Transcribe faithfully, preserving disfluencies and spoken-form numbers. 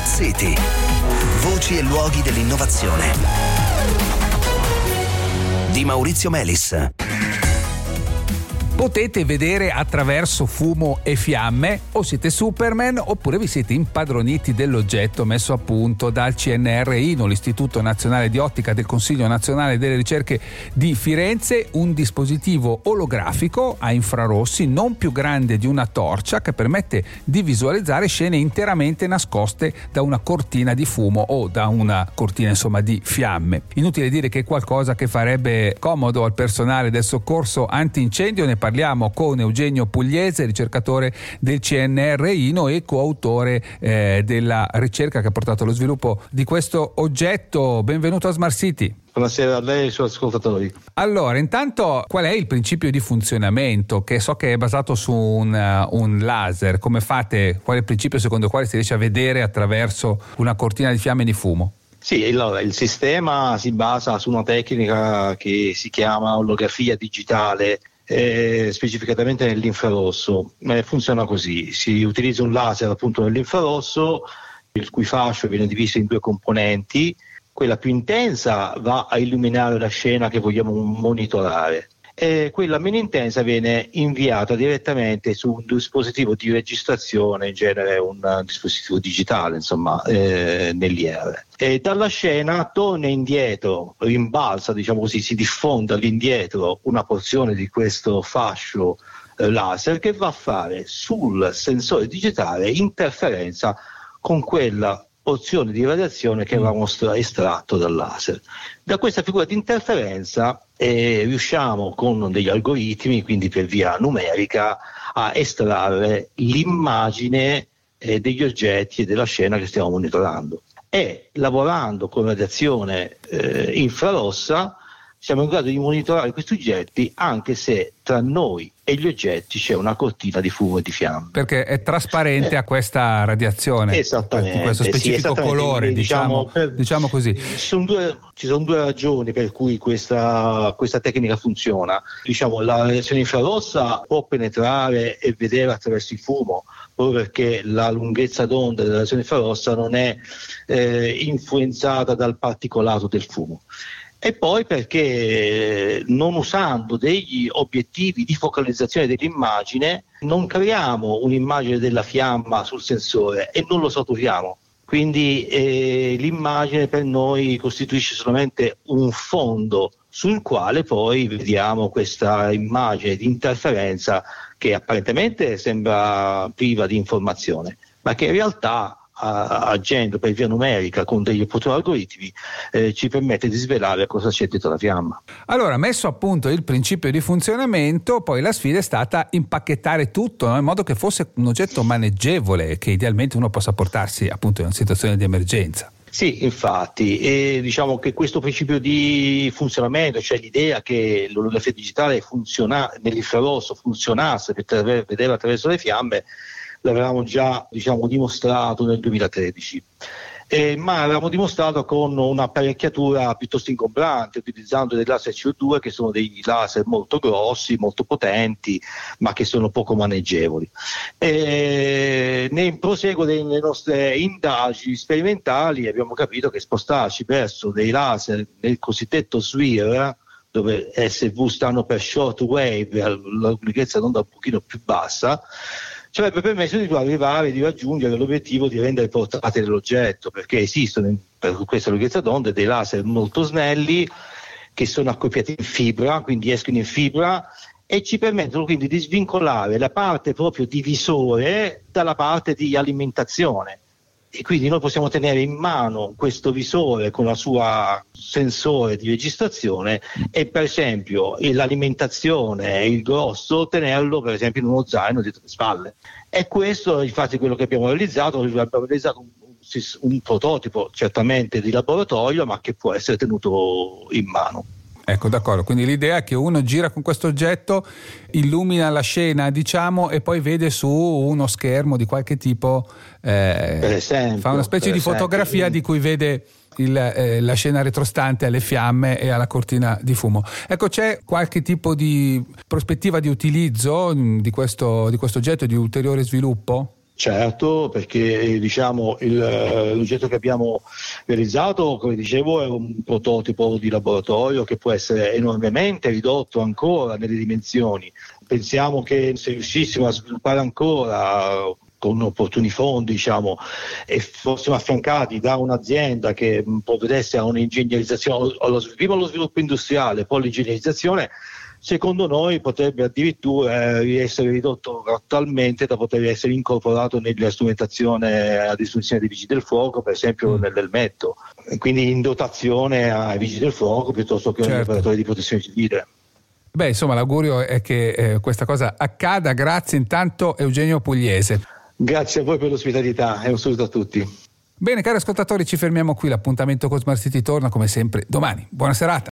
Smart City. Voci e luoghi dell'innovazione. Di Maurizio Melis. Potete vedere attraverso fumo e fiamme, o siete Superman oppure vi siete impadroniti dell'oggetto messo a punto dal C N R I, l'Istituto Nazionale di Ottica del Consiglio Nazionale delle Ricerche di Firenze, un dispositivo olografico a infrarossi non più grande di una torcia che permette di visualizzare scene interamente nascoste da una cortina di fumo o da una cortina insomma di fiamme. Inutile dire che è qualcosa che farebbe comodo al personale del soccorso antincendio. Ne parliamo con Eugenio Pugliese, ricercatore del C N R I e coautore eh, della ricerca che ha portato allo sviluppo di questo oggetto. Benvenuto a Smart City. Buonasera a lei e ai suoi ascoltatori. Allora, intanto qual è il principio di funzionamento, che so che è basato su un, uh, un laser? Come fate? Qual è il principio secondo il quale si riesce a vedere attraverso una cortina di fiamme e di fumo? Sì, allora, il sistema si basa su una tecnica che si chiama olografia digitale, eh, specificatamente nell'infrarosso. Eh, funziona così: si utilizza un laser appunto nell'infrarosso, il cui fascio viene diviso in due componenti. Quella più intensa va a illuminare la scena che vogliamo monitorare e quella meno intensa viene inviata direttamente su un dispositivo di registrazione, in genere un dispositivo digitale, insomma, eh, nell'I R. E dalla scena torna indietro, rimbalza, diciamo così, si diffonde all'indietro una porzione di questo fascio eh, laser che va a fare sul sensore digitale interferenza con quella porzione di radiazione che avevamo estratto dal laser. Da questa figura di interferenza eh, riusciamo con degli algoritmi, quindi per via numerica, a estrarre l'immagine eh, degli oggetti e della scena che stiamo monitorando. E lavorando con radiazione eh, infrarossa siamo in grado di monitorare questi oggetti anche se tra noi e gli oggetti c'è una cortina di fumo e di fiamme. Perché è trasparente eh, a questa radiazione, esattamente, di questo specifico sì, esattamente, colore, diciamo, per, diciamo così. Ci sono, due, ci sono due ragioni per cui questa, questa tecnica funziona. Diciamo, la radiazione infrarossa può penetrare e vedere attraverso il fumo, proprio perché la lunghezza d'onda della radiazione infrarossa non è eh, influenzata dal particolato del fumo. E poi perché non usando degli obiettivi di focalizzazione dell'immagine non creiamo un'immagine della fiamma sul sensore e non lo saturiamo. Quindi eh, l'immagine per noi costituisce solamente un fondo sul quale poi vediamo questa immagine di interferenza che apparentemente sembra priva di informazione, ma che in realtà agendo per via numerica con degli opportuni algoritmi eh, ci permette di svelare cosa c'è dietro la fiamma. Allora, messo a punto il principio di funzionamento, poi la sfida è stata impacchettare tutto, no? In modo che fosse un oggetto maneggevole, che idealmente uno possa portarsi appunto in una situazione di emergenza. Sì, infatti, e diciamo che questo principio di funzionamento, cioè l'idea che l'olografia digitale funziona nell'infrarosso funzionasse per vedere attraverso le fiamme, l'avevamo già diciamo dimostrato nel duemilatredici, eh, ma l'avevamo dimostrato con un'apparecchiatura piuttosto ingombrante, utilizzando dei laser C O due che sono dei laser molto grossi, molto potenti, ma che sono poco maneggevoli. E nel proseguo delle nostre indagini sperimentali abbiamo capito che spostarci verso dei laser nel cosiddetto S W I R, dove S V stanno per short wave, la lunghezza d'onda un pochino più bassa, ci avrebbe permesso di arrivare, di raggiungere l'obiettivo di rendere portatile l'oggetto, perché esistono per questa lunghezza d'onda dei laser molto snelli che sono accoppiati in fibra, quindi escono in fibra e ci permettono quindi di svincolare la parte proprio di visore dalla parte di alimentazione. E quindi noi possiamo tenere in mano questo visore con la sua sensore di registrazione e per esempio l'alimentazione e il grosso tenerlo per esempio in uno zaino dietro le spalle. E questo è infatti quello che abbiamo realizzato, abbiamo realizzato un, un prototipo certamente di laboratorio ma che può essere tenuto in mano. Ecco, d'accordo, quindi l'idea è che uno gira con questo oggetto, illumina la scena, diciamo, e poi vede su uno schermo di qualche tipo, eh, per esempio, fa una specie di esempio. fotografia di cui vede il, eh, la scena retrostante alle fiamme e alla cortina di fumo. Ecco, c'è qualche tipo di prospettiva di utilizzo di questo, di questo oggetto, di ulteriore sviluppo? Certo, perché diciamo il, l'oggetto che abbiamo realizzato, come dicevo, è un prototipo di laboratorio che può essere enormemente ridotto ancora nelle dimensioni. Pensiamo che se riuscissimo a sviluppare ancora con opportuni fondi, diciamo, e fossimo affiancati da un'azienda che provvedesse a un'ingegnerizzazione, allo, prima allo sviluppo industriale, poi l'ingegnerizzazione, secondo noi potrebbe addirittura eh, essere ridotto talmente da poter essere incorporato nella strumentazione a disposizione dei vigili del fuoco, per esempio nel Delmetto, quindi in dotazione ai vigili del fuoco piuttosto che agli certo. operatori di protezione civile. Beh, insomma, l'augurio è che eh, questa cosa accada. Grazie intanto Eugenio Pugliese. Grazie a voi per l'ospitalità e un saluto a tutti. Bene, cari ascoltatori, ci fermiamo qui. L'appuntamento con Smart City torna come sempre domani. Buona serata.